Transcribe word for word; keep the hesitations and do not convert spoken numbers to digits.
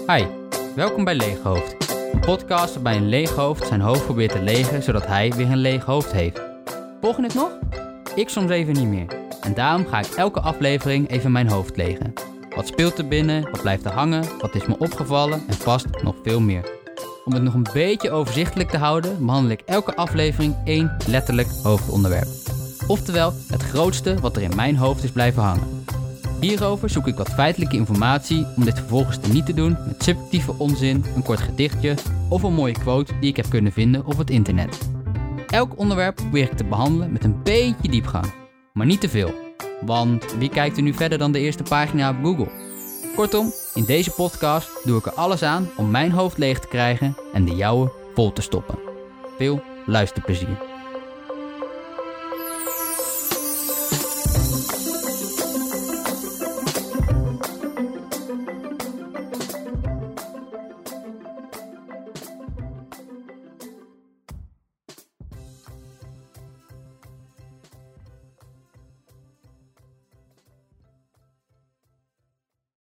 Hi, welkom bij Leeghoofd. Een podcast waarbij een leeg hoofd zijn hoofd probeert te legen, zodat hij weer een leeg hoofd heeft. Volg je het nog? Ik soms even niet meer. En daarom ga ik elke aflevering even mijn hoofd legen. Wat speelt er binnen, wat blijft er hangen, wat is me opgevallen en vast nog veel meer. Om het nog een beetje overzichtelijk te houden, behandel ik elke aflevering één letterlijk hoofdonderwerp. Oftewel, het grootste wat er in mijn hoofd is blijven hangen. Hierover zoek ik wat feitelijke informatie om dit vervolgens te niet te doen met subjectieve onzin, een kort gedichtje of een mooie quote die ik heb kunnen vinden op het internet. Elk onderwerp probeer ik te behandelen met een beetje diepgang, maar niet te veel. Want wie kijkt er nu verder dan de eerste pagina op Google? Kortom, in deze podcast doe ik er alles aan om mijn hoofd leeg te krijgen en de jouwe vol te stoppen. Veel luisterplezier.